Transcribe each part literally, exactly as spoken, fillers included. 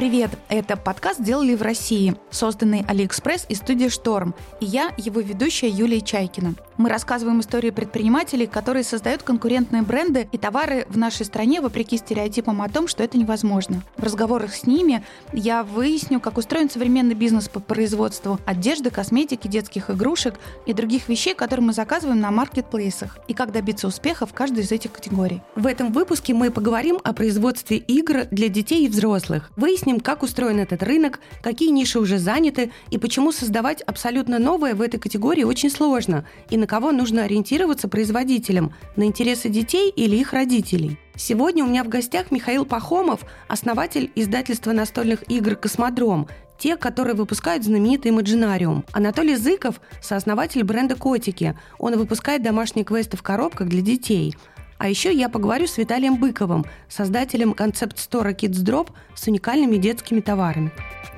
Привет! Это подкаст «Сделали в России», созданный AliExpress и студией «Шторм», и я, его ведущая Юлия Чайкина. Мы рассказываем истории предпринимателей, которые создают конкурентные бренды и товары в нашей стране вопреки стереотипам о том, что это невозможно. В разговорах с ними я выясню, как устроен современный бизнес по производству одежды, косметики, детских игрушек и других вещей, которые мы заказываем на маркетплейсах, и как добиться успеха в каждой из этих категорий. В этом выпуске мы поговорим о производстве игр для детей и взрослых. Выясним, как устроен этот рынок, какие ниши уже заняты и почему создавать абсолютно новое в этой категории очень сложно, и на кого нужно ориентироваться производителям, на интересы детей или их родителей. Сегодня у меня в гостях Михаил Пахомов, основатель издательства настольных игр «Космодром», те, которые выпускают знаменитый Imaginarium. Анатолий Зыков – сооснователь бренда «Котики». Он выпускает домашние квесты в коробках для детей. А еще я поговорю с Виталием Быковым, создателем концепт-стора Kids Drop с уникальными детскими товарами.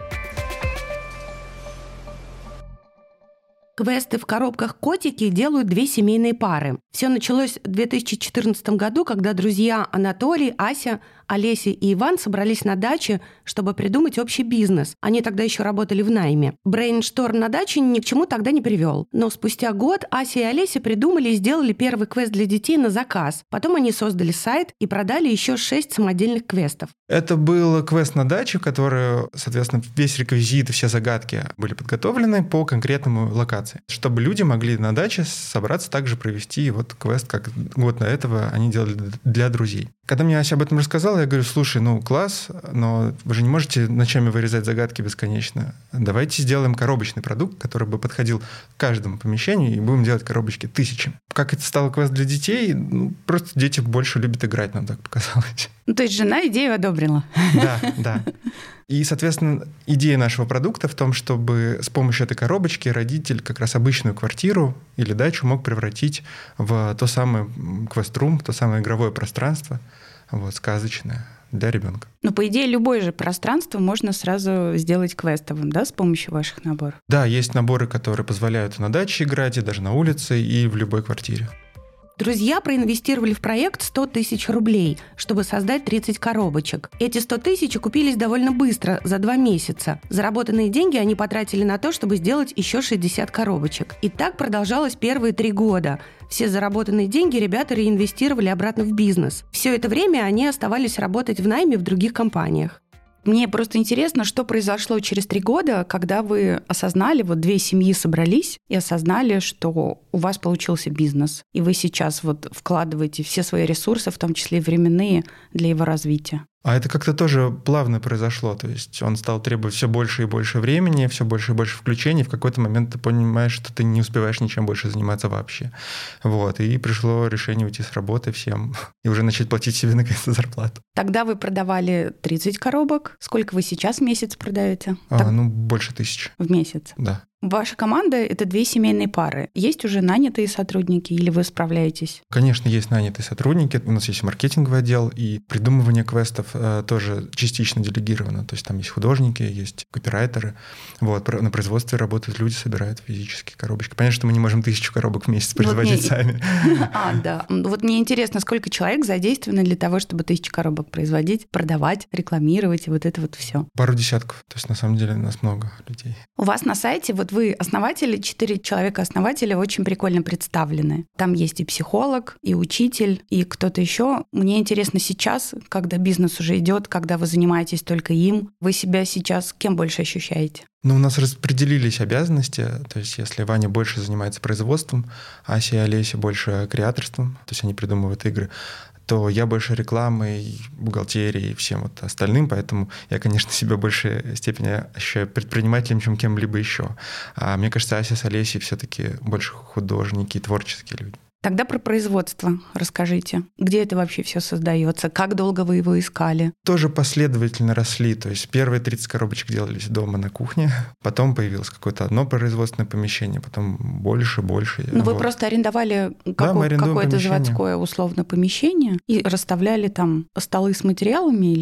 Квесты в коробках «Котики» делают две семейные пары. Все началось в две тысячи четырнадцатом году, когда друзья Анатолий, Ася, Олеся и Иван собрались на даче, чтобы придумать общий бизнес. Они тогда еще работали в найме. Брейншторм на даче ни к чему тогда не привел. Но спустя год Ася и Олеся придумали и сделали первый квест для детей на заказ. Потом они создали сайт и продали еще шесть самодельных квестов. Это был квест на даче, в который, соответственно, весь реквизит и все загадки были подготовлены по конкретному локации, чтобы люди могли на даче собраться, также провести вот квест, как год до этого они делали для друзей. Когда мне Ася об этом рассказала, я говорю: слушай, ну класс, но вы же не можете ночами вырезать загадки бесконечно. Давайте сделаем коробочный продукт, который бы подходил к каждому помещению, и будем делать коробочки тысячами. Как это стало квест для детей? Ну, просто дети больше любят играть, нам так показалось. Ну, то есть жена идею одобрила. Да, да. И, соответственно, идея нашего продукта в том, чтобы с помощью этой коробочки родитель как раз обычную квартиру или дачу мог превратить в то самое квест-рум, то самое игровое пространство, вот, сказочное для ребенка. Но, по идее, любое же пространство можно сразу сделать квестовым, да, с помощью ваших наборов? Да, есть наборы, которые позволяют на даче играть, и даже на улице, и в любой квартире. Друзья проинвестировали в проект сто тысяч рублей, чтобы создать тридцать коробочек. Эти сто тысяч окупились довольно быстро, за два месяца. Заработанные деньги они потратили на то, чтобы сделать еще шестьдесят коробочек. И так продолжалось первые три года. Все заработанные деньги ребята реинвестировали обратно в бизнес. Все это время они оставались работать в найме в других компаниях. Мне просто интересно, что произошло через три года, когда вы осознали, вот две семьи собрались и осознали, что у вас получился бизнес, и вы сейчас вот вкладываете все свои ресурсы, в том числе и временные, для его развития. А это как-то тоже плавно произошло, то есть он стал требовать все больше и больше времени, все больше и больше включений, в какой-то момент ты понимаешь, что ты не успеваешь ничем больше заниматься вообще. Вот, и пришло решение уйти с работы всем и уже начать платить себе наконец-то зарплату. Тогда вы продавали тридцать коробок. Сколько вы сейчас в месяц продаете? А, так... Ну, больше тысячи. В месяц? Да. Ваша команда – это две семейные пары. Есть уже нанятые сотрудники или вы справляетесь? Конечно, есть нанятые сотрудники. У нас есть маркетинговый отдел, и придумывание квестов э, тоже частично делегировано. То есть там есть художники, есть копирайтеры. Вот, на производстве работают люди, собирают физические коробочки. Понятно, что мы не можем тысячу коробок в месяц производить вот мне... сами. А, да. Вот мне интересно, сколько человек задействовано для того, чтобы тысячу коробок производить, продавать, рекламировать и вот это вот все? Пару десятков. То есть на самом деле у нас много людей. У вас на сайте вот вы основатели, четыре человека-основателя очень прикольно представлены. Там есть и психолог, и учитель, и кто-то еще. Мне интересно сейчас, когда бизнес уже идет, когда вы занимаетесь только им, вы себя сейчас кем больше ощущаете? Ну, у нас распределились обязанности, то есть если Ваня больше занимается производством, Ася и Олеся больше креаторством, то есть они придумывают игры, то я больше рекламой, бухгалтерией и всем вот остальным, поэтому я, конечно, себя в большей степени ощущаю предпринимателем, чем кем-либо еще. А мне кажется, Ася с Олесей все-таки больше художники и творческие люди. Тогда про производство расскажите. Где это вообще все создается? Как долго вы его искали? Тоже последовательно росли. То есть первые тридцать коробочек делались дома на кухне, потом появилось какое-то одно производственное помещение, потом больше, больше. Ну, вот. Вы просто арендовали да, какое- какое-то заводское условно помещение и расставляли там столы с материалами или как?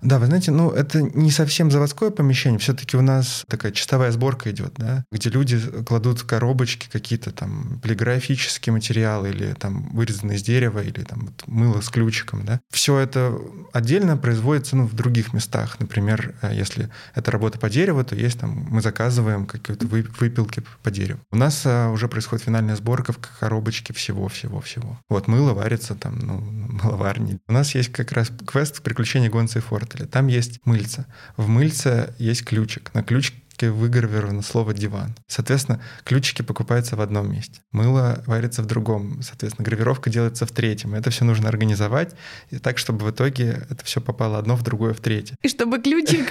Да, вы знаете, ну это не совсем заводское помещение, все-таки у нас такая чистовая сборка идет, да, где люди кладут в коробочки какие-то там полиграфические материалы или там вырезанные из дерева или там вот мыло с ключиком, да. Все это отдельно производится, ну, в других местах. Например, если это работа по дереву, то есть там мы заказываем какие-то выпилки по дереву. У нас а, уже происходит финальная сборка в коробочке всего-всего-всего. Вот мыло варится там, ну, в мыловарне. У нас есть как раз квест «Приключения Гонца и Фортеля». Там есть мыльце. В мыльце есть ключик. На ключике выгравировано слово «диван». Соответственно, ключики покупаются в одном месте. Мыло варится в другом. Соответственно, гравировка делается в третьем. Это все нужно организовать и так, чтобы в итоге это все попало одно в другое, в третье. И чтобы ключик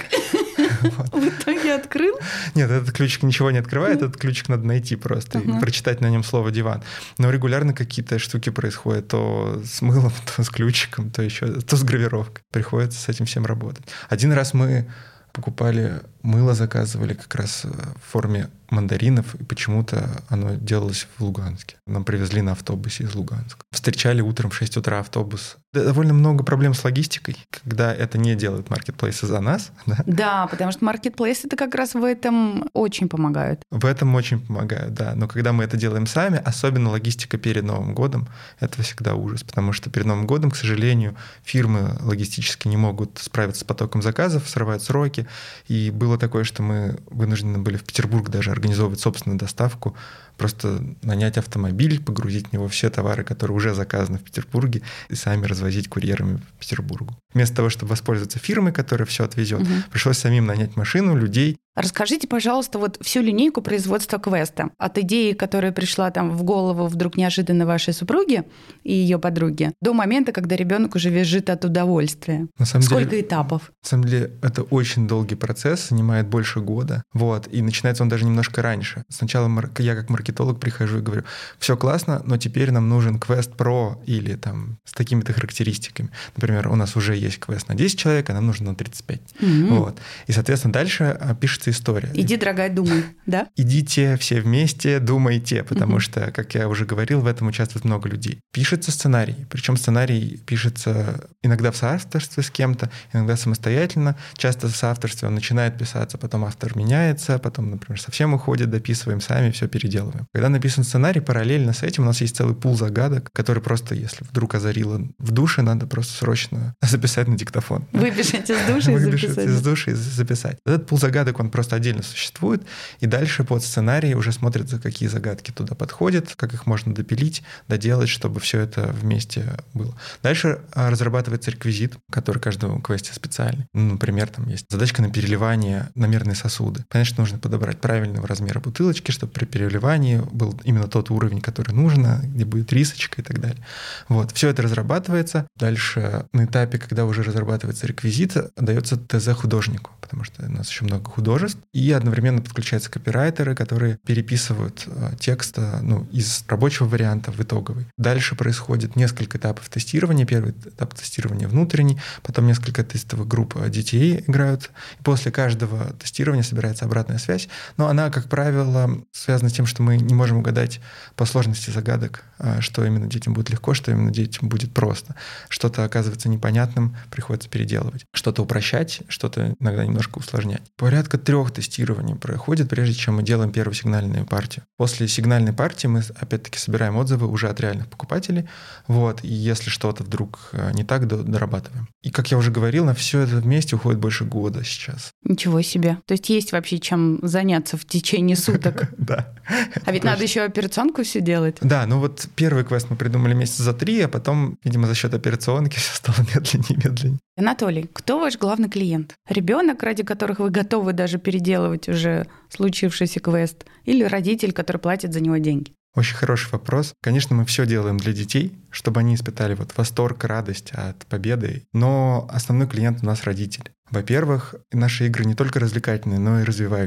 в итоге открыл? Нет, этот ключик ничего не открывает, этот ключик надо найти просто и прочитать на нем слово «диван». Но регулярно какие-то штуки происходят, то с мылом, то с ключиком, то еще, то с гравировкой. Приходится с этим всем работать. Один раз мы покупали мыло, заказывали как раз в форме мандаринов, и почему-то оно делалось в Луганске. Нам привезли на автобусе из Луганска. Встречали утром в шесть утра автобус. Довольно много проблем с логистикой, когда это не делают маркетплейсы за нас. Да, да, потому что маркетплейсы-то как раз в этом очень помогают. В этом очень помогают, да. Но когда мы это делаем сами, особенно логистика перед Новым годом, это всегда ужас, потому что перед Новым годом, к сожалению, фирмы логистически не могут справиться с потоком заказов, срывают сроки. И было такое, что мы вынуждены были в Петербург даже организовывать собственную доставку, просто нанять автомобиль, погрузить в него все товары, которые уже заказаны в Петербурге, и сами развозить курьерами в Петербургу. Вместо того, чтобы воспользоваться фирмой, которая все отвезет, угу. пришлось самим нанять машину, людей. Расскажите, пожалуйста, вот всю линейку производства квеста. От идеи, которая пришла там в голову вдруг неожиданно вашей супруге и ее подруге, до момента, когда ребенок уже визжит от удовольствия. На самом Сколько деле, этапов? На самом деле, это очень долгий процесс, занимает больше года. Вот, и начинается он даже немножко раньше. Сначала я как маркетолог прихожу и говорю, все классно, но теперь нам нужен квест Pro или там с такими-то характеристиками. Например, у нас уже есть квест на десять человек, а нам нужен на тридцать пять. Mm-hmm. Вот. И, соответственно, дальше пишется история. Иди, дорогая, думай, да? Идите все вместе, думайте, потому mm-hmm. что, как я уже говорил, в этом участвует много людей. Пишется сценарий, причем сценарий пишется иногда в соавторстве с кем-то, иногда самостоятельно. Часто в соавторстве он начинает писаться, потом автор меняется, потом, например, совсем уходит, дописываем сами, все переделываем. Когда написан сценарий, параллельно с этим у нас есть целый пул загадок, который просто, если вдруг озарило в душе, надо просто срочно записать на диктофон. Выпишите из души и записать. Выпишите из души и записать. Этот пул загадок, он просто отдельно существует, и дальше под сценарий уже смотрят, какие загадки туда подходят, как их можно допилить, доделать, чтобы все это вместе было. Дальше разрабатывается реквизит, который каждому квесте специальный. Ну, например, там есть задачка на переливание на мерные сосуды. Конечно, нужно подобрать правильного размера бутылочки, чтобы при переливании был именно тот уровень, который нужно, где будет рисочка и так далее. Вот. Все это разрабатывается. Дальше на этапе, когда уже разрабатывается реквизит, дается ТЗ художнику, потому что у нас еще много художеств, и одновременно подключаются копирайтеры, которые переписывают текст ну, из рабочего варианта в итоговый. Дальше происходит несколько этапов тестирования. Первый этап тестирования внутренний, потом несколько тестовых групп детей играют. И после каждого тестирования собирается обратная связь, но она, как правило, связана с тем, что мы не можем угадать по сложности загадок, что именно детям будет легко, что именно детям будет просто. Что-то оказывается непонятным, приходится переделывать. Что-то упрощать, что-то иногда немножко усложнять. Порядка трех тестирований проходит, прежде чем мы делаем первую сигнальную партию. После сигнальной партии мы, опять-таки, собираем отзывы уже от реальных покупателей. Вот, и если что-то вдруг не так, дорабатываем. И, как я уже говорил, на все это вместе уходит больше года сейчас. Ничего себе. То есть есть вообще чем заняться в течение суток. Да. А ведь надо еще операционку все делать. Да, ну вот первый квест мы придумали месяца за три, а потом, видимо, за счет операционки все стало медленнее и медленнее. Анатолий, кто ваш главный клиент? Ребенок, ради которых вы готовы даже переделывать уже случившийся квест, или родитель, который платит за него деньги? Очень хороший вопрос. Конечно, мы все делаем для детей, чтобы они испытали вот восторг, радость от победы. Но основной клиент у нас родитель. Во-первых, наши игры не только развлекательные, но и развивающие.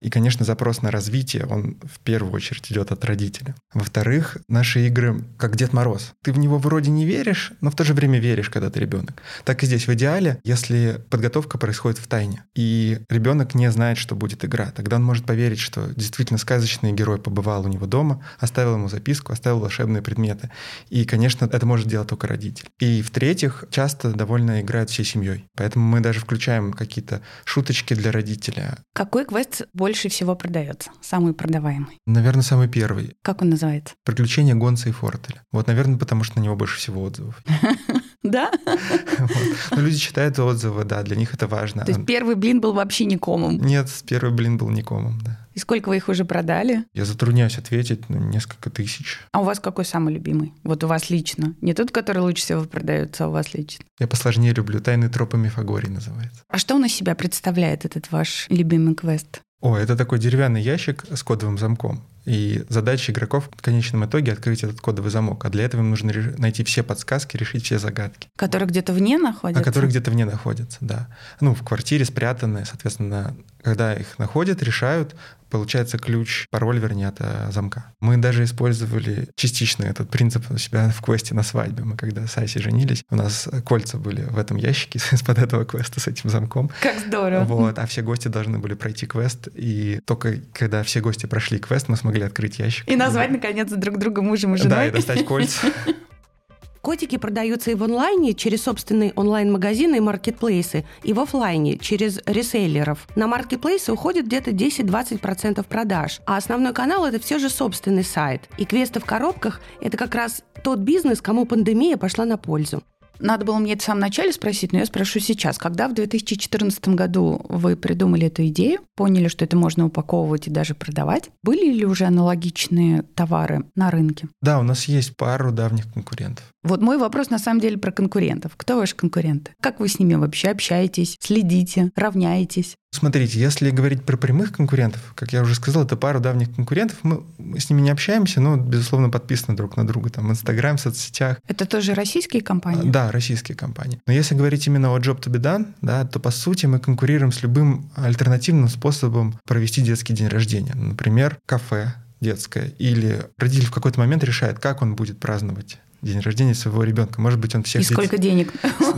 И, конечно, запрос на развитие, он в первую очередь идет от родителя. Во-вторых, наши игры как Дед Мороз. Ты в него вроде не веришь, но в то же время веришь, когда ты ребенок. Так и здесь в идеале, если подготовка происходит в тайне, и ребенок не знает, что будет игра, тогда он может поверить, что действительно сказочный герой побывал у него дома, оставил ему записку, оставил волшебные предметы. И, конечно, это может делать только родитель. И, в-третьих, часто довольно играют всей семьей. Поэтому мы даже включаем какие-то шуточки для родителя. Какой квест больше всего продается? Самый продаваемый? Наверное, самый первый. Как он называется? «Приключения Гонца и Фортеля». Вот, наверное, потому что на него больше всего отзывов. Да? Но люди читают отзывы, да, для них это важно. То есть первый блин был вообще не комом? Нет, первый блин был не комом, да. И сколько вы их уже продали? Я затрудняюсь ответить, ну, несколько тысяч. А у вас какой самый любимый? Вот у вас лично. Не тот, который лучше всего продается, а у вас лично. Я посложнее люблю. «Тайные тропы Мифагории» называется. А что он из себя представляет, этот ваш любимый квест? О, это такой деревянный ящик с кодовым замком. И задача игроков в конечном итоге открыть этот кодовый замок. А для этого им нужно найти все подсказки, решить все загадки. Которые где-то вне находятся? А которые где-то вне находятся, да. Ну, в квартире спрятаны, соответственно, когда их находят, решают, получается ключ, пароль, вернее, от замка. Мы даже использовали частично этот принцип у себя в квесте на свадьбе. Мы когда с Асей женились, у нас кольца были в этом ящике из-под этого квеста с этим замком. Как здорово. Вот, а все гости должны были пройти квест, и только когда все гости прошли квест, мы смогли открыть ящик. И назвать, и... наконец, друг друга мужем и женой. Да, и достать кольца. Котики продаются и в онлайне через собственные онлайн-магазины и маркетплейсы, и в офлайне через реселлеров. На маркетплейсы уходит где-то десять-двадцать процентов продаж, а основной канал – это все же собственный сайт. И квесты в коробках – это как раз тот бизнес, кому пандемия пошла на пользу. Надо было мне это в самом начале спросить, но я спрошу сейчас. Когда в две тысячи четырнадцатом году вы придумали эту идею, поняли, что это можно упаковывать и даже продавать, были ли уже аналогичные товары на рынке? Да, у нас есть пару давних конкурентов. Вот мой вопрос на самом деле про конкурентов. Кто ваши конкуренты? Как вы с ними вообще общаетесь, следите, равняетесь? Смотрите, если говорить про прямых конкурентов, как я уже сказал, это пара давних конкурентов, мы с ними не общаемся, но, безусловно, подписаны друг на друга, там, в Инстаграм, в соцсетях. Это тоже российские компании? Да, российские компании. Но если говорить именно о Job to be done, да, то, по сути, мы конкурируем с любым альтернативным способом провести детский день рождения. Например, кафе детское, или родитель в какой-то момент решает, как он будет праздновать день рождения своего ребенка. Может быть, он всех... И сколько денег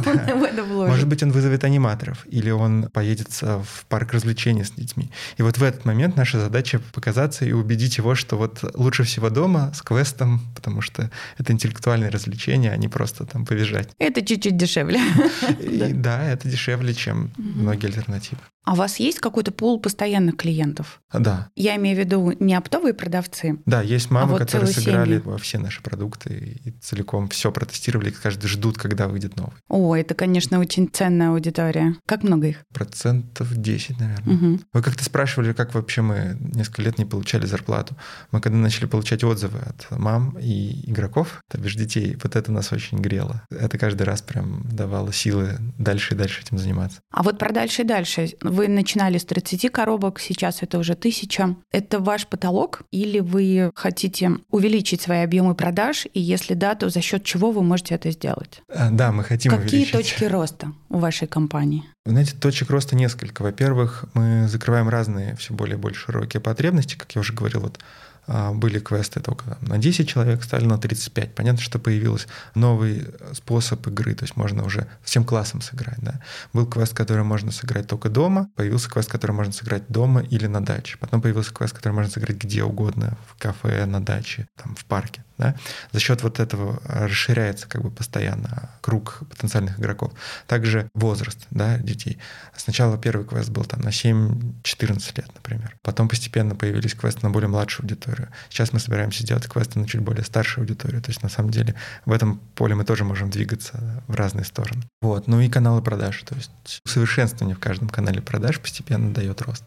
в это вложит. Может быть, он вызовет аниматоров, или он поедет в парк развлечений с детьми. И вот в этот момент наша задача показаться и убедить его, что вот лучше всего дома с квестом, потому что это интеллектуальное развлечение, а не просто там побежать. Это чуть-чуть дешевле. И, да, это дешевле, чем многие альтернативы. А у вас есть какой-то пул постоянных клиентов? Да. Я имею в виду не оптовые продавцы. Да, есть мамы, а вот которые сыграли семьи. во все наши продукты и целиком все протестировали, каждый ждут, когда выйдет новый. О, это, конечно, очень ценная аудитория. Как много их? Процентов десять, наверное. Угу. Вы как-то спрашивали, как вообще мы несколько лет не получали зарплату. Мы когда начали получать отзывы от мам и игроков, то бишь детей, вот это нас очень грело. Это каждый раз прям давало силы дальше и дальше этим заниматься. А вот про дальше и дальше. Вы начинали с тридцати коробок, сейчас это уже тысяча. Это ваш потолок или вы хотите увеличить свои объемы продаж? И если да, то за счет чего вы можете это сделать? Да, мы хотим Какие увеличить. точки роста у вашей компании? Вы знаете, точек роста несколько. Во-первых, мы закрываем разные все более и более широкие потребности, как я уже говорил, вот были квесты только там, на десять человек, стали на тридцать пять. Понятно, что появился новый способ игры, то есть можно уже всем классом сыграть. Да? Был квест, который можно сыграть только дома, появился квест, который можно сыграть дома или на даче. Потом появился квест, который можно сыграть где угодно, в кафе, на даче, там, в парке. Да? За счет вот этого расширяется как бы постоянно круг потенциальных игроков. Также возраст, да, детей. Сначала первый квест был там на семь-четырнадцать лет, например. Потом постепенно появились квесты на более младшую аудиторию. Сейчас мы собираемся сделать квесты на чуть более старшую аудиторию. То есть на самом деле в этом поле мы тоже можем двигаться в разные стороны. Вот. Ну и каналы продаж. То есть усовершенствование в каждом канале продаж постепенно дает рост.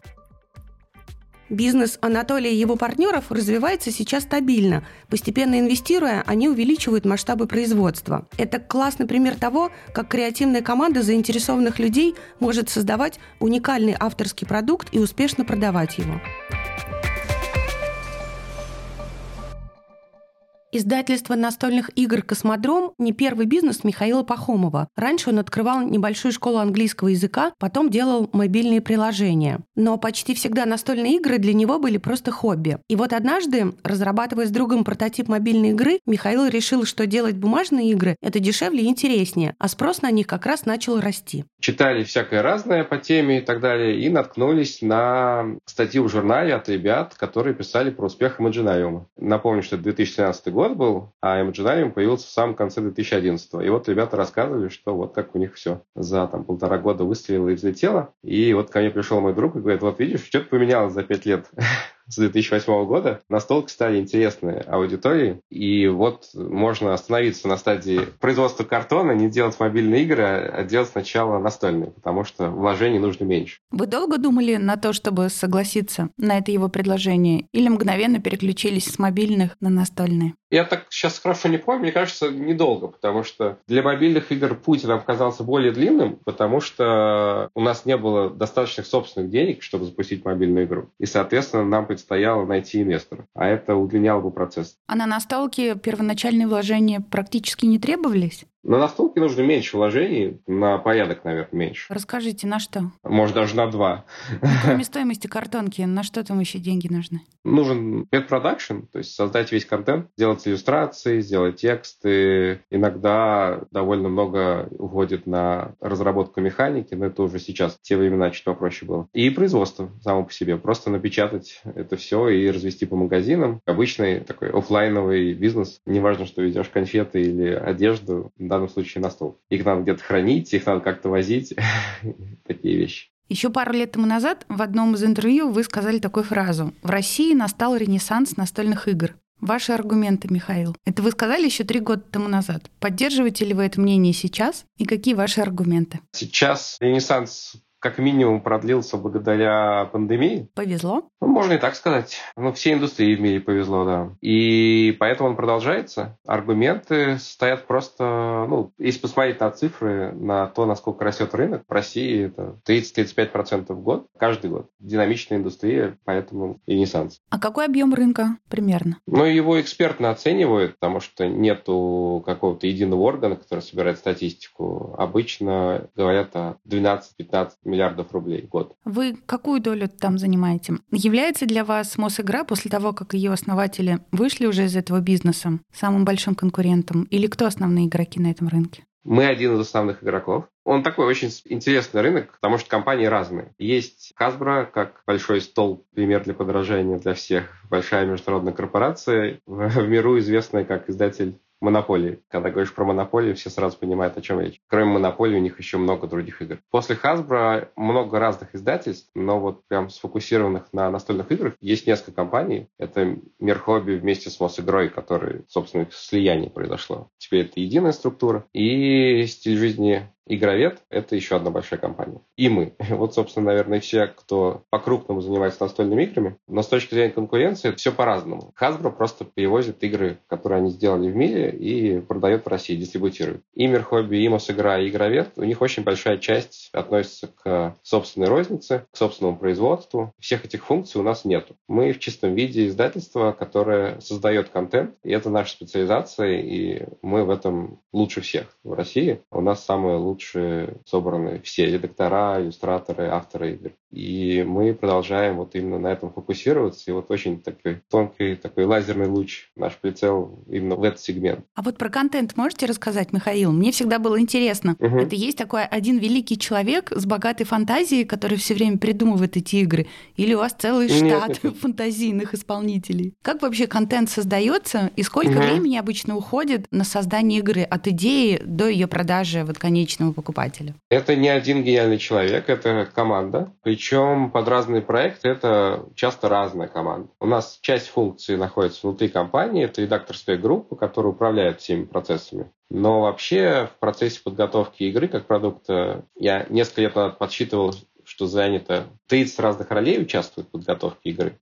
Бизнес Анатолия и его партнеров развивается сейчас стабильно. Постепенно инвестируя, они увеличивают масштабы производства. Это классный пример того, как креативная команда заинтересованных людей может создавать уникальный авторский продукт и успешно продавать его. Издательство настольных игр «Космодром» не первый бизнес Михаила Пахомова. Раньше он открывал небольшую школу английского языка, потом делал мобильные приложения. Но почти всегда настольные игры для него были просто хобби. И вот однажды, разрабатывая с другом прототип мобильной игры, Михаил решил, что делать бумажные игры – это дешевле и интереснее, а спрос на них как раз начал расти. Читали всякое разное по теме и так далее, и наткнулись на статью в журнале от ребят, которые писали про успех Imaginarium. Напомню, что это две тысячи тринадцатый год был, а Imaginarium появился в самом конце две тысячи одиннадцатого. И вот ребята рассказывали, что вот как у них все за там, полтора года выстрелило и взлетело. И вот ко мне пришел мой друг и говорит, вот видишь, что-то поменялось за пять лет. С две тысячи восьмого года настолки стали интересны аудитории, и вот можно остановиться на стадии производства картона, не делать мобильные игры, а делать сначала настольные, потому что вложений нужно меньше. Вы долго думали на то, чтобы согласиться на это его предложение, или мгновенно переключились с мобильных на настольные? Я так сейчас хорошо не помню, мне кажется, недолго, потому что для мобильных игр путь нам казался более длинным, потому что у нас не было достаточных собственных денег, чтобы запустить мобильную игру. И, соответственно, нам предстояло найти инвестора, а это удлиняло бы процесс. А на настолке первоначальные вложения практически не требовались? На настолке нужно меньше вложений, на порядок, наверное, меньше. Расскажите, на что? Может, даже на два. Кроме стоимости картонки, на что там еще деньги нужны? Нужен предпродакшн, то есть создать весь контент, сделать иллюстрации, сделать тексты. Иногда довольно много уходит на разработку механики, но это уже сейчас, в те времена чуть попроще было. И производство само по себе. Просто напечатать это все и развести по магазинам. Обычный такой офлайновый бизнес. Неважно, что ведешь конфеты или одежду, в данном случае на стол. Их надо где-то хранить, их надо как-то возить. Такие вещи. Еще пару лет тому назад в одном из интервью вы сказали такую фразу: «В России настал ренессанс настольных игр». Ваши аргументы, Михаил. Это вы сказали еще три года тому назад. Поддерживаете ли вы это мнение сейчас? И какие ваши аргументы? Сейчас ренессанс как минимум продлился благодаря пандемии. Повезло? Ну, можно и так сказать. Ну, всей индустрии в мире повезло, да. И поэтому он продолжается. Аргументы стоят просто... Ну, если посмотреть на цифры, на то, насколько растет рынок, в России это тридцать-тридцать пять процентов в год, каждый год. Динамичная индустрия, поэтому и ренессанс. А какой объем рынка примерно? Ну, его экспертно оценивают, потому что нету какого-то единого органа, который собирает статистику. Обычно говорят о двенадцать-пятнадцать миллиардов рублей в год. Вы какую долю там занимаете? Является для вас Мосигра после того, как ее основатели вышли уже из этого бизнеса, самым большим конкурентом? Или кто основные игроки на этом рынке? Мы один из основных игроков. Он такой очень интересный рынок, потому что компании разные. Есть Hasbro, как большой стол, пример для подражания для всех. Большая международная корпорация, в миру известная как издатель Монополии. Когда говоришь про Монополию, все сразу понимают, о чем речь. Кроме Монополии, у них еще много других игр. После Hasbro много разных издательств, но вот прям сфокусированных на настольных играх есть несколько компаний. Это Мир Хобби вместе с Мосигрой, который, собственно, слияние произошло. Теперь это единая структура. И стиль жизни Игровед – это еще одна большая компания. И мы. Вот, собственно, наверное, все, кто по-крупному занимается настольными играми. Но с точки зрения конкуренции это все по-разному. Hasbro просто привозит игры, которые они сделали в мире, и продает в России, дистрибутирует. И Мир Хобби, и Мосигра, и Игровед, у них очень большая часть относится к собственной рознице, к собственному производству. Всех этих функций у нас нету. Мы в чистом виде издательство, которое создает контент, и это наша специализация, и мы в этом лучше всех в России. У нас самые лучшие собраны все редактора, иллюстраторы, авторы игр. И мы продолжаем вот именно на этом фокусироваться. И вот очень такой тонкий, такой лазерный луч, наш прицел именно в этот сегмент. А вот про контент можете рассказать, Михаил? Мне всегда было интересно. Угу. Это есть такой один великий человек с богатой фантазией, который все время придумывает эти игры? Или у вас целый штат нет, нет, нет. фантазийных исполнителей? Как вообще контент создается и сколько угу. времени обычно уходит на создание игры от идеи до ее продажи вот конечному покупателю? Это не один гениальный человек, это команда. Причем под разные проекты это часто разная команда. У нас часть функций находится внутри компании, это редакторская группа, которая управляет всеми процессами. Но вообще в процессе подготовки игры как продукта я несколько лет назад подсчитывал, что занято тридцать разных ролей участвуют в подготовке игры.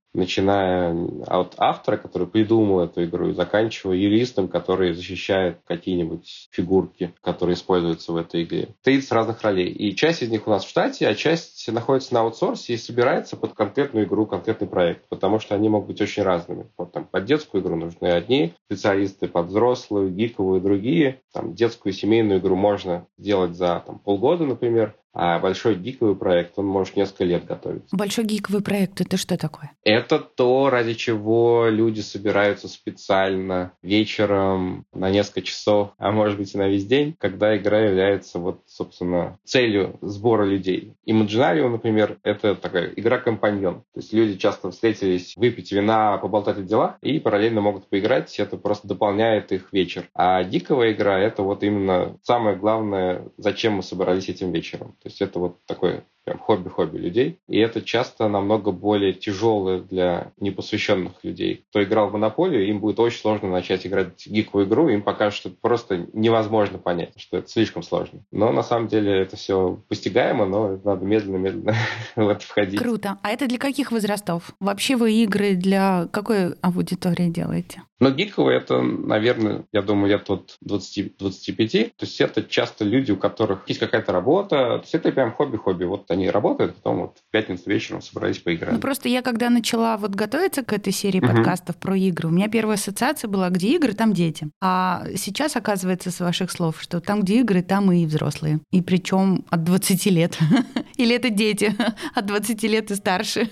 начиная от автора, который придумал эту игру, и заканчивая юристом, который защищает какие-нибудь фигурки, которые используются в этой игре. тридцать разных ролей. И часть из них у нас в штате, а часть находится на аутсорсе и собирается под конкретную игру, конкретный проект, потому что они могут быть очень разными. Вот там под детскую игру нужны одни специалисты, под взрослую, гиковую другие. Там детскую семейную игру можно сделать за там, полгода, например, а большой гиковый проект, он может несколько лет готовиться. Большой гиковый проект — это что такое? Это то, ради чего люди собираются специально вечером на несколько часов, а может быть и на весь день, когда игра является, вот, собственно, целью сбора людей. Imaginarium, например, это такая игра-компаньон. То есть люди часто встретились выпить вина, поболтать о делах и параллельно могут поиграть. Это просто дополняет их вечер. А гиковая игра — это вот именно самое главное, зачем мы собрались этим вечером. То есть это вот такое прям хобби-хобби людей. И это часто намного более тяжелое для непосвященных людей. Кто играл в Монополию, им будет очень сложно начать играть в гиковую игру, им покажут, что это просто невозможно понять, что это слишком сложно. Но на самом деле это все постигаемо, но надо медленно-медленно в это входить. Круто. А это для каких возрастов? Вообще вы игры для какой аудитории делаете? Но гиковые — это, наверное, я думаю, лет от двадцати-двадцати пяти. То есть это часто люди, у которых есть какая-то работа. То есть это прям хобби-хобби. Вот они работают, потом вот в пятницу вечером собрались поиграть. Ну просто я когда начала вот готовиться к этой серии Мгм. подкастов про игры, у меня первая ассоциация была, где игры, там дети. А сейчас оказывается, с ваших слов, что там, где игры, там и взрослые. И причем от двадцати лет. Или это дети от двадцати лет и старше.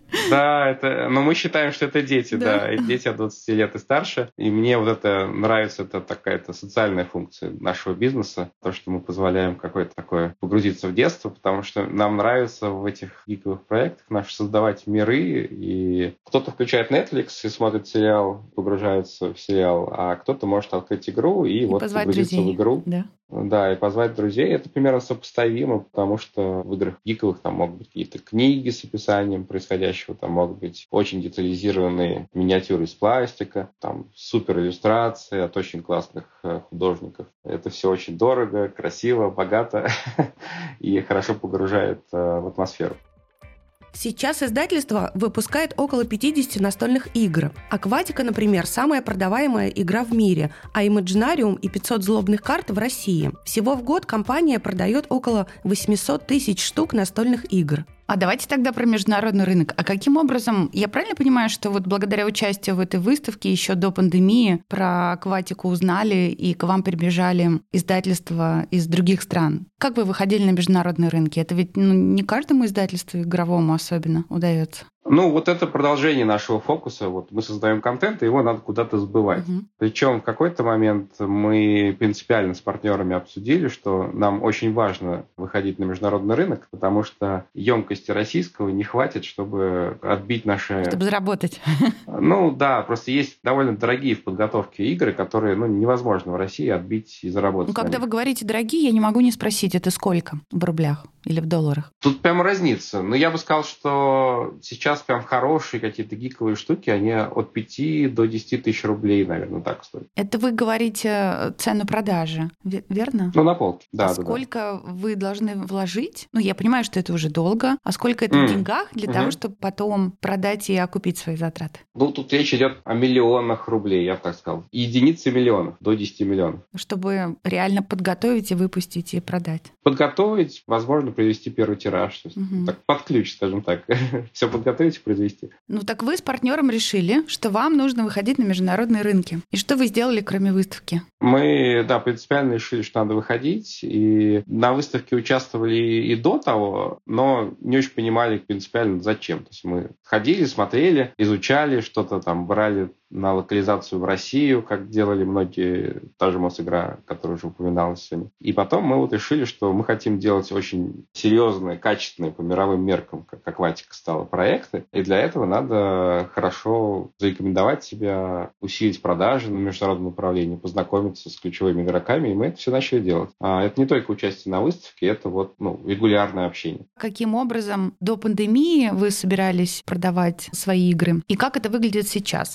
Да, это, но мы считаем, что это дети, Да. да, и дети от двадцати лет и старше. И мне вот это нравится, это такая-то социальная функция нашего бизнеса, то, что мы позволяем какое-то такое погрузиться в детство, потому что нам нравится в этих гиковых проектах наши создавать миры, и кто-то включает Netflix и смотрит сериал, погружается в сериал, а кто-то может открыть игру и, И вот позвать погрузиться друзей. в игру. Да. Да, и позвать друзей, это примерно сопоставимо, потому что в играх гиковых там могут быть какие-то книги с описанием происходящего, там могут быть очень детализированные миниатюры из пластика, там супер иллюстрации от очень классных э, художников. Это все очень дорого, красиво, богато и хорошо погружает э, в атмосферу. Сейчас издательство выпускает около пятидесяти настольных игр. «Акватика», например, самая продаваемая игра в мире, а «Imaginarium» и пятьсот злобных карт в России. Всего в год компания продает около восемьсот тысяч штук настольных игр. А давайте тогда про международный рынок. А каким образом, я правильно понимаю, что вот благодаря участию в этой выставке еще до пандемии про акватику узнали и к вам прибежали издательства из других стран? Как вы выходили на международные рынки? Это ведь ну, не каждому издательству игровому особенно удается. Ну, вот это продолжение нашего фокуса. Вот мы создаем контент, и его надо куда-то сбывать. Мгм. Причем в какой-то момент мы принципиально с партнерами обсудили, что нам очень важно выходить на международный рынок, потому что емкости российского не хватит, чтобы отбить наши... Чтобы заработать. Ну да, просто есть довольно дорогие в подготовке игры, которые ну, невозможно в России отбить и заработать. Ну, на когда них. вы говорите «дорогие», я не могу не спросить, это сколько в рублях или в долларах? Тут прямо разница. Но я бы сказал, что сейчас прям хорошие какие-то гиковые штуки, они от пяти до десяти тысяч рублей, наверное, так стоят. Это вы говорите цену продажи, ве- верно? Ну, на полке, да, а да, да. сколько вы должны вложить? Ну, я понимаю, что это уже долго. А сколько это М. в деньгах для Мгм. того, чтобы потом продать и окупить свои затраты? Ну, тут речь идет о миллионах рублей, я бы так сказал. Единицы миллионов, до десяти миллионов. Чтобы реально подготовить и выпустить и продать. Подготовить, возможно, произвести первый тираж. То есть, Мгм. так, под ключ, скажем так. Все подготовить и произвести. Ну, так вы с партнером решили, что вам нужно выходить на международные рынки. И что вы сделали, кроме выставки? Мы, да, принципиально решили, что надо выходить. И на выставке участвовали и до того, но не очень понимали принципиально зачем. То есть мы ходили, смотрели, изучали, что-то там брали на локализацию в Россию, как делали многие, та же Мосигра, которая уже упоминалась сегодня. И потом мы вот решили, что мы хотим делать очень серьезные, качественные по мировым меркам, как акватика стала, проекты. И для этого надо хорошо зарекомендовать себя, усилить продажи на международном направлении, познакомиться с ключевыми игроками, и мы это все начали делать. А это не только участие на выставке, это вот ну, регулярное общение. Каким образом до пандемии вы собирались продавать свои игры? И как это выглядит сейчас? Да,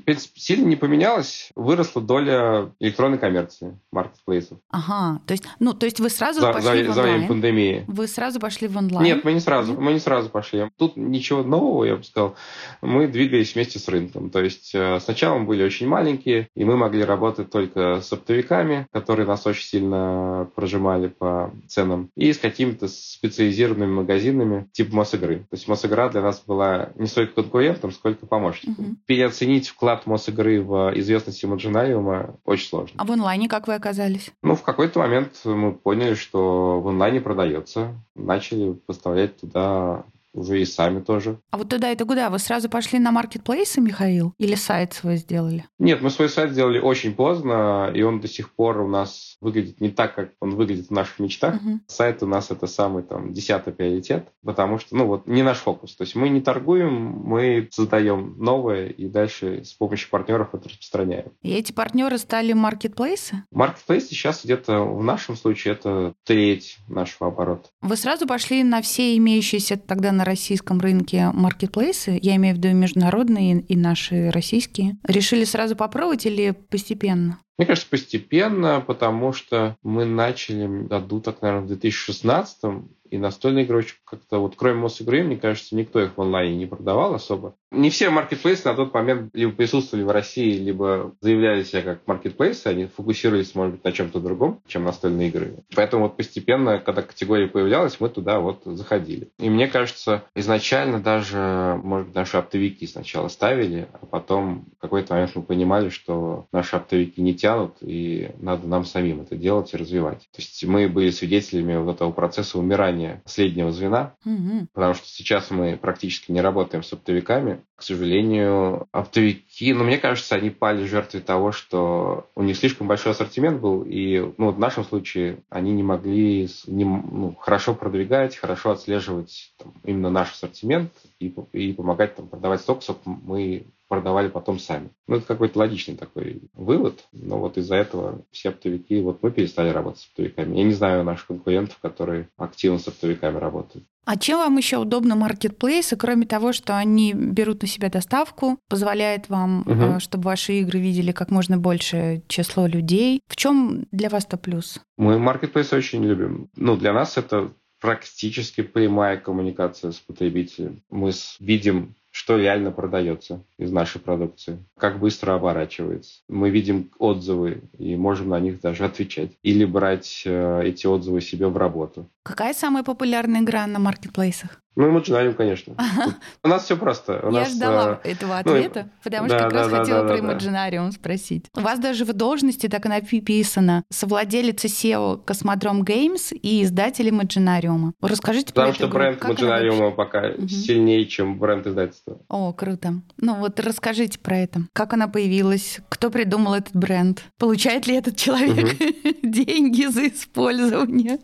в принципе, сильно не поменялось. Выросла доля электронной коммерции, маркетплейсов. Ага, то есть, ну, то есть вы сразу за, пошли за, в за время онлайн? пандемии. Вы сразу пошли в онлайн? Нет, мы не сразу, Нет? мы не сразу пошли. Тут ничего нового, я бы сказал. Мы двигались вместе с рынком. То есть сначала мы были очень маленькие, и мы могли работать только с оптовиками, которые нас очень сильно прожимали по ценам, и с какими-то специализированными магазинами типа Мосигры. То есть Мосигра для нас была не столько конкурентом, сколько помощником. Угу. Переоценить вклад Мосигры в известность Imaginarium очень сложно. А в онлайне как вы оказались? Ну, в какой-то момент мы поняли, что в онлайне продается. Начали поставлять туда уже и сами тоже. А вот туда это куда? Вы сразу пошли на маркетплейсы, Михаил? Или сайт свой сделали? Нет, мы свой сайт сделали очень поздно, и он до сих пор у нас выглядит не так, как он выглядит в наших мечтах. Uh-huh. Сайт у нас это самый там десятый приоритет, потому что, ну вот, не наш фокус. То есть мы не торгуем, мы создаем новое и дальше с помощью партнеров это распространяем. И эти партнеры стали маркетплейсы? Маркетплейсы сейчас где-то в нашем случае это треть нашего оборота. Вы сразу пошли на все имеющиеся тогда на российском рынке маркетплейсы, я имею в виду международные и наши российские, решили сразу попробовать или постепенно? Мне кажется, постепенно, потому что мы начали году, так, наверное, в две тысячи шестнадцатом, и настольные игры как-то, вот кроме Мосигры, мне кажется, никто их в онлайне не продавал особо. Не все маркетплейсы на тот момент либо присутствовали в России, либо заявляли себя как маркетплейсы, они фокусировались, может быть, на чем-то другом, чем настольные игры. Поэтому вот постепенно, когда категория появлялась, мы туда вот заходили. И мне кажется, изначально даже, может быть, наши оптовики сначала ставили, а потом в какой-то момент мы понимали, что наши оптовики не тянут, и надо нам самим это делать и развивать. То есть мы были свидетелями вот этого процесса умирания среднего звена, mm-hmm. потому что сейчас мы практически не работаем с оптовиками. К сожалению, оптовики, ну, мне кажется, они пали жертвой того, что у них слишком большой ассортимент был, и ну, в нашем случае они не могли не, ну, хорошо продвигать, хорошо отслеживать там, именно наш ассортимент и, и помогать там, продавать столько, сколько мы продавали потом сами. Ну, это какой-то логичный такой вывод, но вот из-за этого все оптовики, вот мы перестали работать с оптовиками. Я не знаю наших конкурентов, которые активно с оптовиками работают. А чем вам еще удобны маркетплейсы, кроме того, что они берут на себя доставку, позволяет вам, угу. чтобы ваши игры видели как можно большее число людей? В чем для вас-то плюс? Мы маркетплейсы очень любим. Ну, для нас это практически прямая коммуникация с потребителем. Мы видим, что реально продается из нашей продукции, как быстро оборачивается. Мы видим отзывы и можем на них даже отвечать. Или брать э, эти отзывы себе в работу. Какая самая популярная игра на маркетплейсах? Ну, Imaginarium, конечно. У нас все просто. У Я нас, ждала э... этого ответа, ну, потому что да, как да, раз да, хотела да, про да, Imaginarium да. спросить. У вас даже в должности так и написано совладелец и сео Космодром Games и издатель Imaginarium. Расскажите потому про это. Потому что бренд Imaginarium пока угу. сильнее, чем бренд издательства. О, круто. Ну вот расскажите про это. Как она появилась? Кто придумал этот бренд? Получает ли этот человек угу. деньги за использование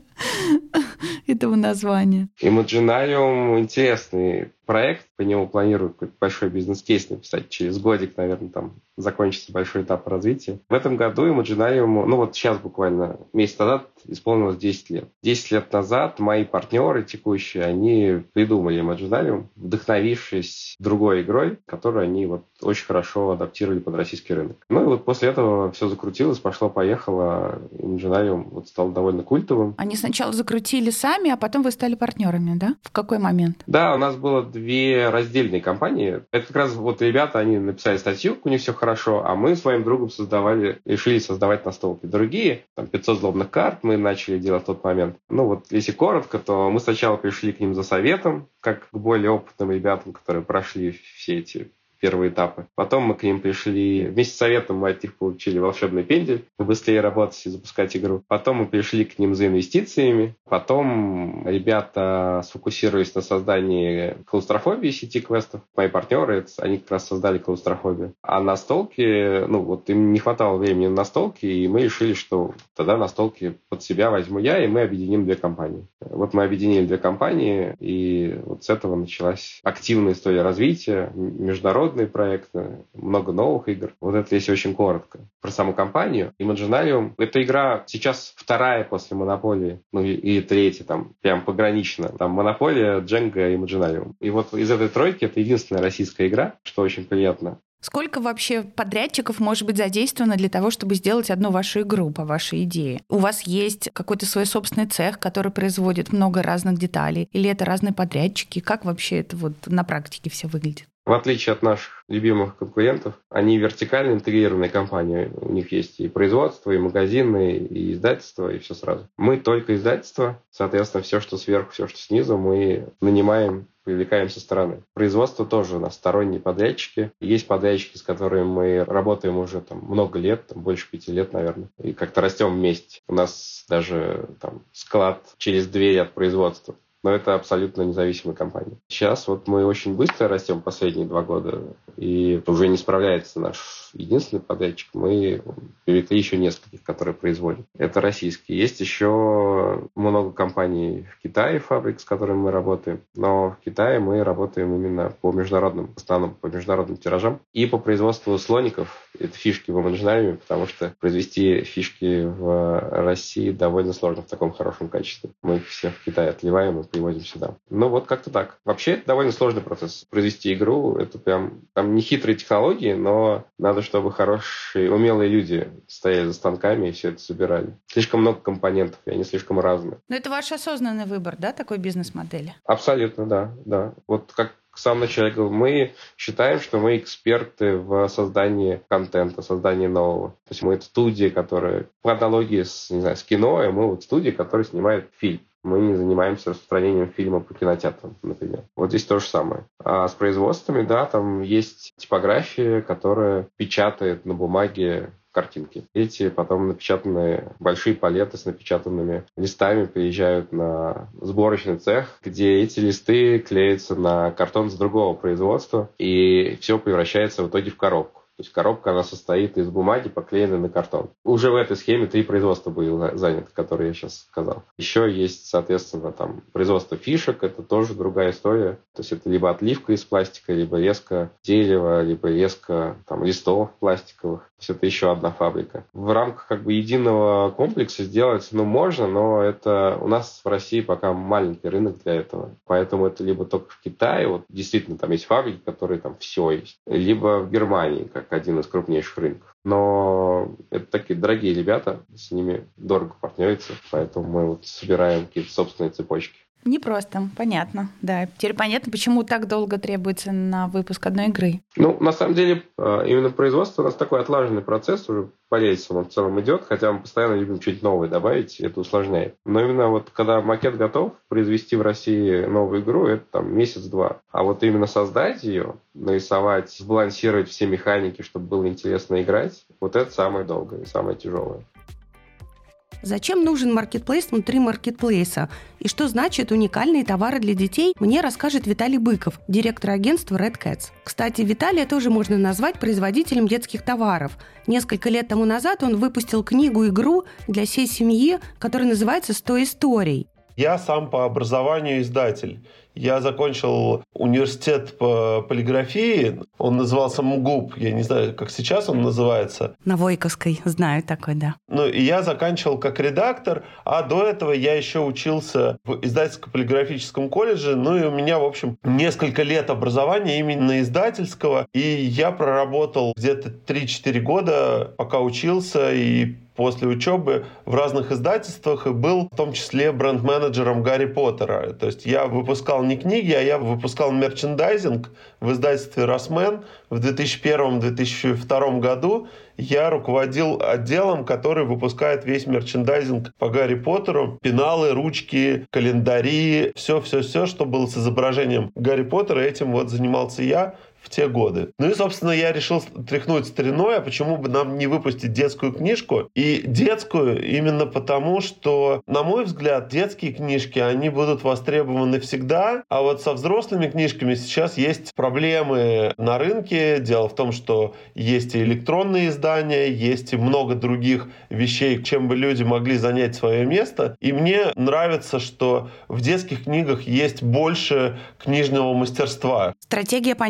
этого названия? Imaginarium интересный проект, по нему планирую какой-то большой бизнес-кейс написать. Через годик, наверное, там закончится большой этап развития. В этом году Imaginarium, ну вот сейчас буквально месяц назад исполнилось десять лет. десять лет назад мои партнеры текущие, они придумали Imaginarium, вдохновившись другой игрой, которую они вот очень хорошо адаптировали под российский рынок. Ну и вот после этого все закрутилось, пошло-поехало. Imaginarium вот стал довольно культовым. Они сначала закрутили сами, а потом вы стали партнерами, да? В какой момент? Да, у нас было две раздельные компании. Это как раз вот ребята, они написали статью, у них все хорошо, а мы с моим другом создавали, решили создавать настолки. Другие, там пятьсот злобных карт мы начали делать в тот момент. Ну вот, если коротко, то мы сначала пришли к ним за советом, как к более опытным ребятам, которые прошли все эти первые этапы. Потом мы к ним пришли, вместе с советом мы от них получили волшебный пендель, быстрее работать и запускать игру. Потом мы пришли к ним за инвестициями. Потом ребята сфокусировались на создании клаустрофобии сети квестов. Мои партнеры, они как раз создали клаустрофобию. А настолки, ну вот им не хватало времени на настолки, и мы решили, что тогда настолки под себя возьму я, и мы объединим две компании. Вот мы объединили две компании, и вот с этого началась активная история развития, международная проекты, много новых игр. Вот это если очень коротко. Про саму компанию. Imaginarium — это игра сейчас вторая после Монополии, ну и, и третья, там, прям погранично. Там Монополия, Дженга и Imaginarium. И вот из этой тройки это единственная российская игра, что очень приятно. Сколько вообще подрядчиков может быть задействовано для того, чтобы сделать одну вашу игру по вашей идее? У вас есть какой-то свой собственный цех, который производит много разных деталей? Или это разные подрядчики? Как вообще это вот на практике все выглядит? В отличие от наших любимых конкурентов, они вертикально интегрированные компании. У них есть и производство, и магазины, и издательство, и все сразу. Мы только издательство, соответственно, все, что сверху, все, что снизу, мы нанимаем, привлекаем со стороны. Производство тоже у нас сторонние подрядчики. Есть подрядчики, с которыми мы работаем уже там много лет, там, больше пяти лет, наверное, и как-то растем вместе. У нас даже там склад через дверь от производства. Но это абсолютно независимая компания. Сейчас вот мы очень быстро растем последние два года, и уже не справляется наш единственный подрядчик. Мы привлекли еще нескольких, которые производят. Это российские. Есть еще много компаний в Китае, фабрик, с которыми мы работаем. Но в Китае мы работаем именно по международным, в основном по международным тиражам. И по производству слоников. Это фишки в имиджнайме, потому что произвести фишки в России довольно сложно в таком хорошем качестве. Мы их всех в Китае отливаем и привозим сюда. Ну вот как-то так. Вообще это довольно сложный процесс. Произвести игру, это прям там не хитрые технологии, но надо, чтобы хорошие, умелые люди стояли за станками и все это собирали. Слишком много компонентов, и они слишком разные. Но это ваш осознанный выбор, да, такой бизнес-модели? Абсолютно, да, да. Вот как в самом начале говорил, мы считаем, что мы эксперты в создании контента, создании нового. То есть мы это студия, которая по аналогии с, не знаю, с кино, и мы вот студия, которая снимает фильм. Мы не занимаемся распространением фильма по кинотеатрам, например. Вот здесь то же самое. А с производствами, да, там есть типография, которая печатает на бумаге картинки. Эти потом напечатанные большие палеты с напечатанными листами приезжают на сборочный цех, где эти листы клеятся на картон с другого производства, и все превращается в итоге в коробку. То есть коробка, она состоит из бумаги, поклеенной на картон. Уже в этой схеме три производства были заняты, которые я сейчас сказал. Еще есть, соответственно, там производство фишек, это тоже другая история. То есть это либо отливка из пластика, либо резка дерева, либо резка там, листов пластиковых. То есть это еще одна фабрика. В рамках как бы единого комплекса сделать, ну, можно, но это у нас в России пока маленький рынок для этого. Поэтому это либо только в Китае, вот действительно там есть фабрики, которые там все есть, либо в Германии, как один из крупнейших рынков. Но это такие дорогие ребята, с ними дорого партнериться, поэтому мы вот собираем какие-то собственные цепочки. Непросто, понятно. Да, теперь понятно, почему так долго требуется на выпуск одной игры. Ну, на самом деле, именно производство у нас такой отлаженный процесс, уже по рельсам он в целом идет, хотя мы постоянно любим что-нибудь новое добавить, это усложняет. Но именно вот когда макет готов, произвести в России новую игру, это там месяц-два. А вот именно создать ее, нарисовать, сбалансировать все механики, чтобы было интересно играть, вот это самое долгое и самое тяжелое. Зачем нужен маркетплейс внутри маркетплейса? И что значит уникальные товары для детей, мне расскажет Виталий Быков, директор агентства Red Cats. Кстати, Виталия тоже можно назвать производителем детских товаров. Несколько лет тому назад он выпустил книгу-игру для всей семьи, которая называется «сто историй». Я сам по образованию издатель. Я закончил университет по полиграфии, он назывался МГУП, я не знаю, как сейчас он называется. На Войковской, знаю такой, да. Ну, и я заканчивал как редактор, а до этого я еще учился в издательско-полиграфическом колледже, ну и у меня, в общем, несколько лет образования именно издательского, и я проработал где-то три-четыре года, пока учился, и после учебы в разных издательствах и был в том числе бренд-менеджером Гарри Поттера. То есть я выпускал не книги, а я выпускал мерчендайзинг в издательстве «Росмен». В две тысячи первом - две тысячи втором году я руководил отделом, который выпускает весь мерчендайзинг по Гарри Поттеру. Пеналы, ручки, календари, все-все-все, что было с изображением Гарри Поттера, этим вот занимался я в те годы. Ну и, собственно, я решил тряхнуть стариной, а почему бы нам не выпустить детскую книжку? И детскую именно потому, что, на мой взгляд, детские книжки, они будут востребованы всегда, а вот со взрослыми книжками сейчас есть проблемы на рынке. Дело в том, что есть и электронные издания, есть и много других вещей, чем бы люди могли занять свое место. И мне нравится, что в детских книгах есть больше книжного мастерства. Стратегия понятна.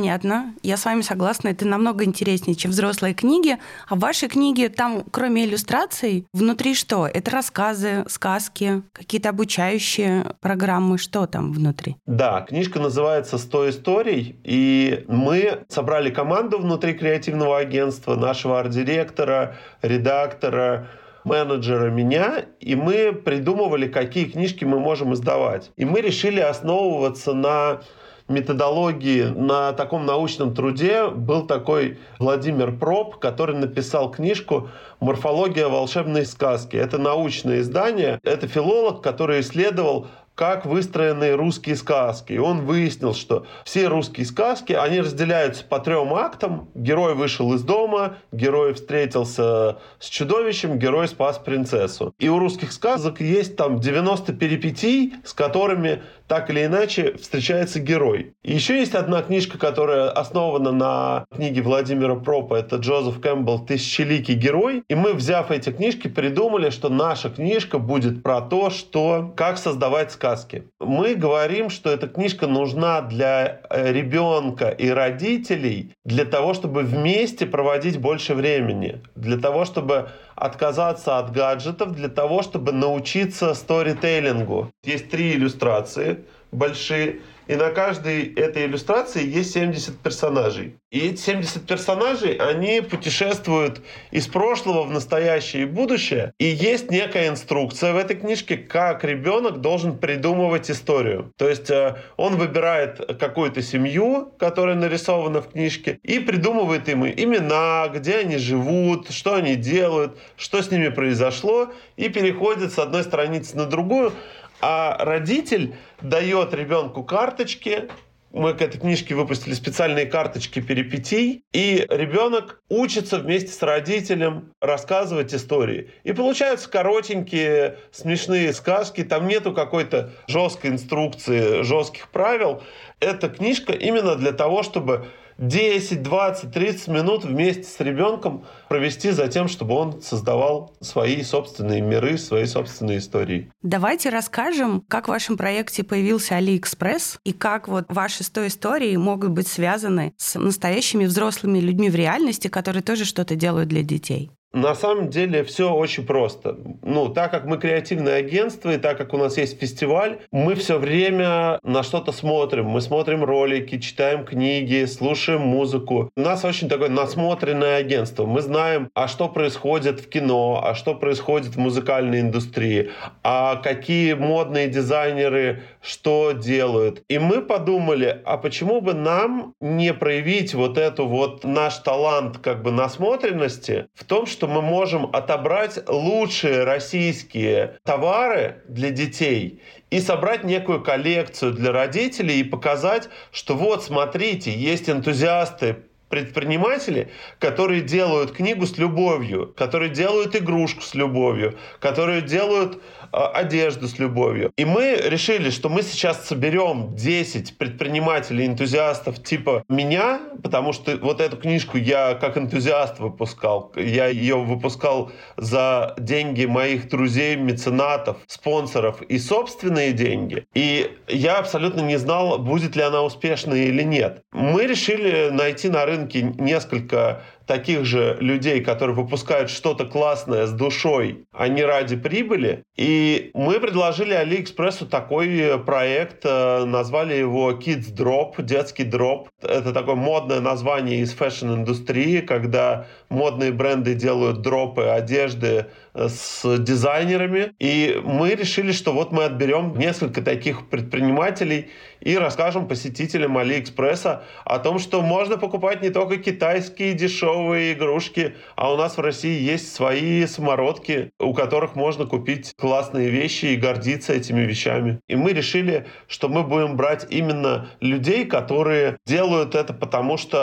я с вами согласна, это намного интереснее, чем взрослые книги. А в вашей книге там, кроме иллюстраций, внутри что? Это рассказы, сказки, какие-то обучающие программы, что там внутри? Да, книжка называется «сто историй», и мы собрали команду внутри креативного агентства, нашего арт-директора, редактора, менеджера, меня, и мы придумывали, какие книжки мы можем издавать. И мы решили основываться на методологии, на таком научном труде. Был такой Владимир Проб, который написал книжку «Морфология волшебной сказки». Это научное издание. Это филолог, который исследовал, как выстроены русские сказки. И он выяснил, что все русские сказки, они разделяются по трем актам. Герой вышел из дома, герой встретился с чудовищем, герой спас принцессу. И у русских сказок есть там девяносто перипетий, с которыми так или иначе встречается герой. И еще есть одна книжка, которая основана на книге Владимира Пропа. Это Джозеф Кэмпбелл «Тысячеликий герой». И мы, взяв эти книжки, придумали, что наша книжка будет про то, что как создавать сказки. Мы говорим, что эта книжка нужна для ребенка и родителей для того, чтобы вместе проводить больше времени, для того, чтобы отказаться от гаджетов, для того, чтобы научиться сторителлингу. Есть три иллюстрации большие, и на каждой этой иллюстрации есть семьдесят персонажей. И эти семьдесят персонажей, они путешествуют из прошлого в настоящее и будущее. И есть некая инструкция в этой книжке, как ребенок должен придумывать историю. То есть он выбирает какую-то семью, которая нарисована в книжке, и придумывает им имена, где они живут, что они делают, что с ними произошло, и переходит с одной страницы на другую. А родитель дает ребенку карточки. Мы к этой книжке выпустили специальные карточки перипетий. И ребенок учится вместе с родителем рассказывать истории. И получаются коротенькие, смешные сказки. Там нету какой-то жесткой инструкции, жестких правил. Эта книжка именно для того, чтобы десять, двадцать, тридцать минут вместе с ребенком провести за тем, чтобы он создавал свои собственные миры, свои собственные истории. Давайте расскажем, как в вашем проекте появился AliExpress и как вот ваши сто историй могут быть связаны с настоящими взрослыми людьми в реальности, которые тоже что-то делают для детей. На самом деле все очень просто. Ну, так как мы креативное агентство, и так как у нас есть фестиваль, мы все время на что-то смотрим. Мы смотрим ролики, читаем книги, слушаем музыку. У нас очень такое насмотренное агентство. Мы знаем, а что происходит в кино, а что происходит в музыкальной индустрии, а какие модные дизайнеры что делают. И мы подумали, а почему бы нам не проявить вот эту вот наш талант как бы насмотренности в том, что мы можем отобрать лучшие российские товары для детей и собрать некую коллекцию для родителей и показать, что вот, смотрите, есть энтузиасты, предприниматели, которые делают книгу с любовью, которые делают игрушку с любовью, которые делают э, одежду с любовью. И мы решили, что мы сейчас соберем десять предпринимателей, энтузиастов типа меня, потому что вот эту книжку я как энтузиаст выпускал. Я ее выпускал за деньги моих друзей, меценатов, спонсоров и собственные деньги. И я абсолютно не знал, будет ли она успешной или нет. Мы решили найти на рынке несколько таких же людей, которые выпускают что-то классное с душой, а не ради прибыли. И мы предложили AliExpress такой проект, назвали его Kids Drop, детский дроп. Это такое модное название из фэшн-индустрии, когда модные бренды делают дропы одежды с дизайнерами. И мы решили, что вот мы отберем несколько таких предпринимателей и расскажем посетителям AliExpress о том, что можно покупать не только китайские дешевые игрушки, а у нас в России есть свои самородки, у которых можно купить классные вещи и гордиться этими вещами. И мы решили, что мы будем брать именно людей, которые делают это потому, что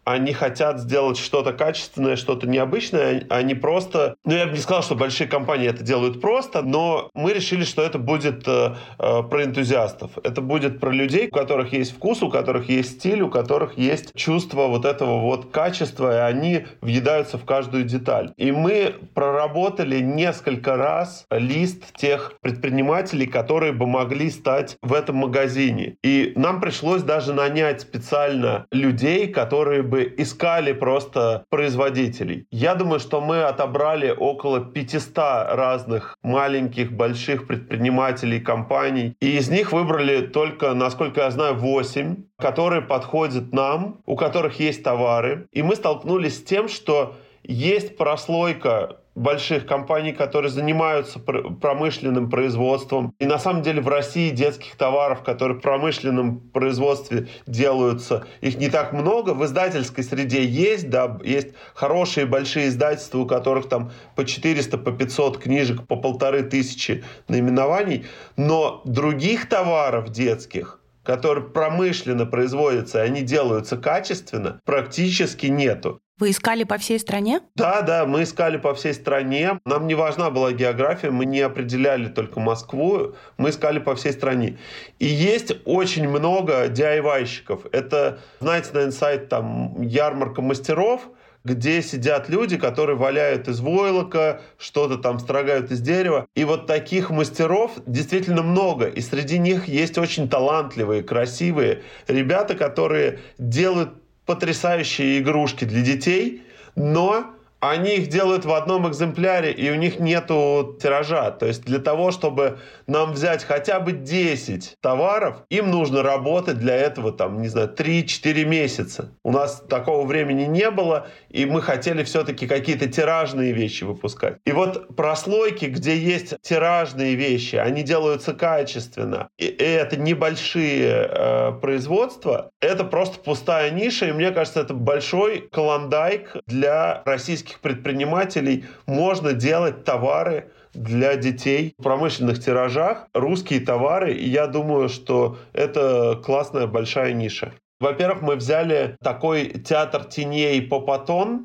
они хотят сделать что-то качественное, что-то необычное, они просто... Ну, я бы не сказал, что большие компании это делают просто, но мы решили, что это будет э, э, про энтузиастов. Это будет про людей, у которых есть вкус, у которых есть стиль, у которых есть чувство вот этого вот качества, и они въедаются в каждую деталь. И мы проработали несколько раз лист тех предпринимателей, которые бы могли стать в этом магазине. И нам пришлось даже нанять специально людей, которые бы искали просто производителей. Я думаю, что мы отобрали около пятьсот разных маленьких, больших предпринимателей, компаний. И из них выбрали только, насколько я знаю, восемь, которые подходят нам, у которых есть товары. И мы столкнулись с тем, что есть прослойка больших компаний, которые занимаются промышленным производством. И на самом деле в России детских товаров, которые в промышленном производстве делаются, их не так много. В издательской среде есть, да, есть хорошие большие издательства, у которых там по четыреста, по пятьсот книжек, по полторы тысячи наименований. Но других товаров детских, которые промышленно производятся, и они делаются качественно, практически нету. Вы искали по всей стране? Да, да, мы искали по всей стране. Нам не важна была география, мы не определяли только Москву, мы искали по всей стране. И есть очень много ди ай вай-щиков. Это, знаете, наверное, сайт там «Ярмарка мастеров», где сидят люди, которые валяют из войлока, что-то там строгают из дерева. И вот таких мастеров действительно много. И среди них есть очень талантливые, красивые ребята, которые делают потрясающие игрушки для детей, но они их делают в одном экземпляре, и у них нету тиража. То есть для того, чтобы нам взять хотя бы десять товаров, им нужно работать для этого, там, не знаю, три-четыре месяца. У нас такого времени не было, и мы хотели все-таки какие-то тиражные вещи выпускать. И вот прослойки, где есть тиражные вещи, они делаются качественно, и это небольшие э, производства, это просто пустая ниша, и мне кажется, это большой клондайк для российских предпринимателей. Можно делать товары для детей в промышленных тиражах, русские товары, и я думаю, что это классная большая ниша. Во-первых, мы взяли такой театр теней Попатон.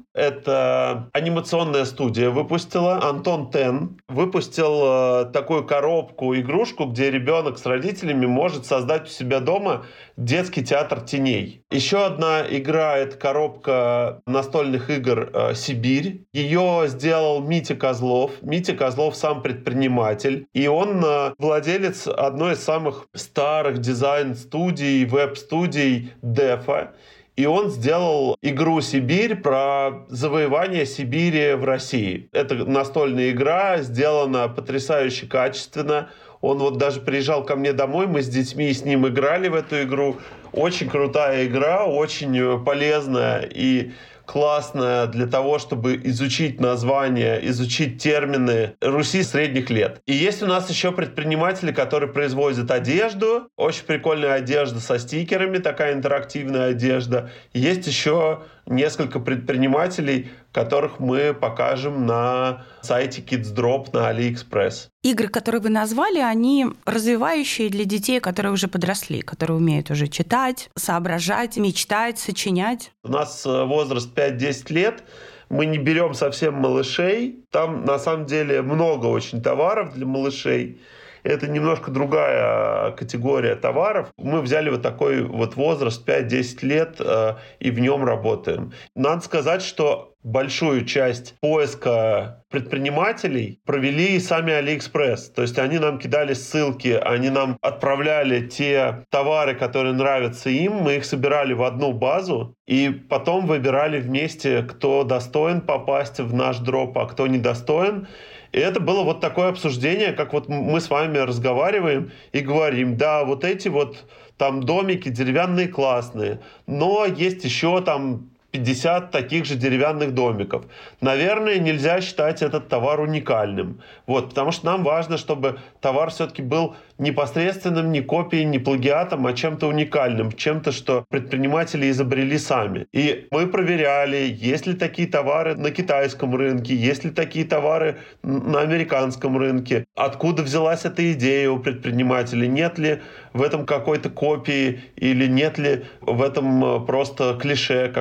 Это анимационная студия выпустила. Антон Тен выпустил такую коробку, игрушку, где ребенок с родителями может создать у себя дома детский театр теней. Еще одна игра — это коробка настольных игр «Сибирь». Ее сделал Митя Козлов. Митя Козлов сам предприниматель. И он владелец одной из самых старых дизайн-студий, веб-студий Дефа. И он сделал игру «Сибирь» про завоевание Сибири в России. Это настольная игра, сделана потрясающе качественно. Он вот даже приезжал ко мне домой, мы с детьми с ним играли в эту игру. Очень крутая игра, очень полезная и классная для того, чтобы изучить названия, изучить термины Руси средних лет. И есть у нас еще предприниматели, которые производят одежду. Очень прикольная одежда со стикерами, такая интерактивная одежда. Есть еще несколько предпринимателей, которых мы покажем на сайте Kids Drop на AliExpress. Игры, которые вы назвали, они развивающие для детей, которые уже подросли, которые умеют уже читать, соображать, мечтать, сочинять. У нас возраст пять-десять лет. Мы не берем совсем малышей. Там на самом деле много очень товаров для малышей. Это немножко другая категория товаров. Мы взяли вот такой вот возраст пять-десять лет и в нем работаем. Надо сказать, что большую часть поиска предпринимателей провели сами AliExpress. То есть они нам кидали ссылки, они нам отправляли те товары, которые нравятся им, мы их собирали в одну базу и потом выбирали вместе, кто достоин попасть в наш дроп, а кто недостоин. И это было вот такое обсуждение, как вот мы с вами разговариваем и говорим, да, вот эти вот там домики деревянные классные, но есть еще там пятьдесят таких же деревянных домиков. Наверное, нельзя считать этот товар уникальным. Вот, потому что нам важно, чтобы товар все-таки был непосредственным, не копией, не плагиатом, а чем-то уникальным, чем-то, что предприниматели изобрели сами. И мы проверяли, есть ли такие товары на китайском рынке, есть ли такие товары на американском рынке, откуда взялась эта идея у предпринимателей, нет ли в этом какой-то копии или нет ли в этом просто клише какого-то.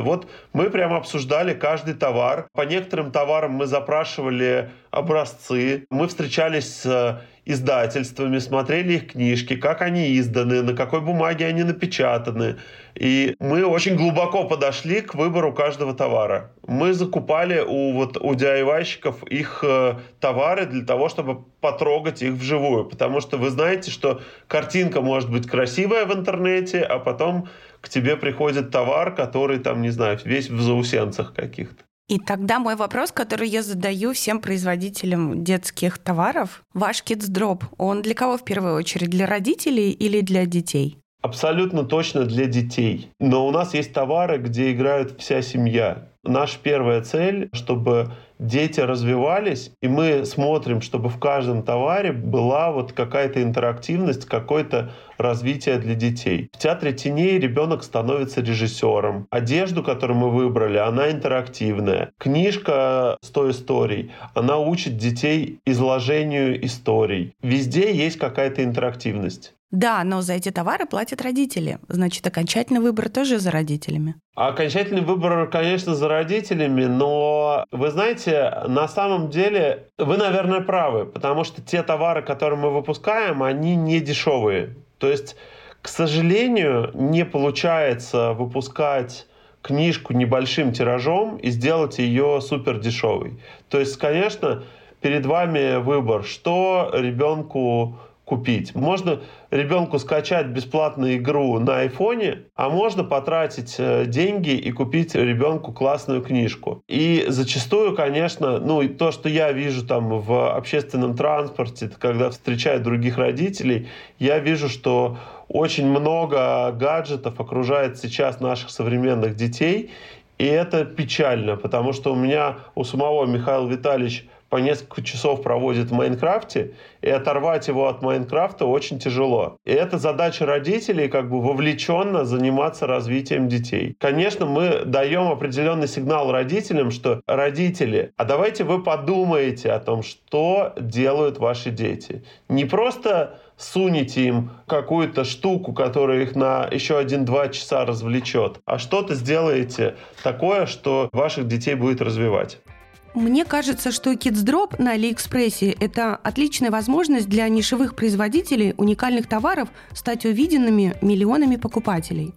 это. Вот мы прямо обсуждали каждый товар. По некоторым товарам мы запрашивали образцы, мы встречались с издательствами, смотрели их книжки, как они изданы, на какой бумаге они напечатаны. И мы очень глубоко подошли к выбору каждого товара. Мы закупали у, вот, у ди ай вай-щиков их э, товары для того, чтобы потрогать их вживую. Потому что вы знаете, что картинка может быть красивая в интернете, а потом к тебе приходит товар, который, там, не знаю, весь в заусенцах каких-то. И тогда мой вопрос, который я задаю всем производителям детских товаров, ваш Kids Drop, он для кого в первую очередь? Для родителей или для детей? Абсолютно точно для детей. Но у нас есть товары, где играет вся семья. Наша первая цель, чтобы дети развивались, и мы смотрим, чтобы в каждом товаре была вот какая-то интерактивность, какое-то развитие для детей. В театре теней ребенок становится режиссером. Одежду, которую мы выбрали, она интерактивная. Книжка сто историй, она учит детей изложению историй. Везде есть какая-то интерактивность. Да, но за эти товары платят родители. Значит, окончательный выбор тоже за родителями. Окончательный выбор, конечно, за родителями, но вы знаете, на самом деле вы, наверное, правы, потому что те товары, которые мы выпускаем, они не дешевые. То есть, к сожалению, не получается выпускать книжку небольшим тиражом и сделать ее супер дешевой. То есть, конечно, перед вами выбор, что ребенку купить. Можно ребенку скачать бесплатную игру на айфоне, а можно потратить деньги и купить ребенку классную книжку. И зачастую, конечно, ну, то, что я вижу там в общественном транспорте, когда встречаю других родителей, я вижу, что очень много гаджетов окружает сейчас наших современных детей, и это печально, потому что у меня у самого Михаил Витальевич по несколько часов проводит в Майнкрафте, и оторвать его от Майнкрафта очень тяжело. И это задача родителей как бы вовлеченно заниматься развитием детей. Конечно, мы даем определенный сигнал родителям, что родители, а давайте вы подумаете о том, что делают ваши дети. Не просто сунете им какую-то штуку, которая их на еще один-два часа развлечет, а что-то сделаете такое, что ваших детей будет развивать. Мне кажется, что Kids Drop на Алиэкспрессе – это отличная возможность для нишевых производителей уникальных товаров стать увиденными миллионами покупателей.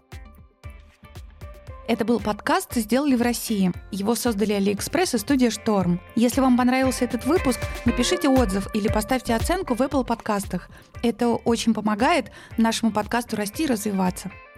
Это был подкаст «Сделали в России». Его создали Алиэкспресс и студия «Шторм». Если вам понравился этот выпуск, напишите отзыв или поставьте оценку в Apple подкастах. Это очень помогает нашему подкасту расти и развиваться.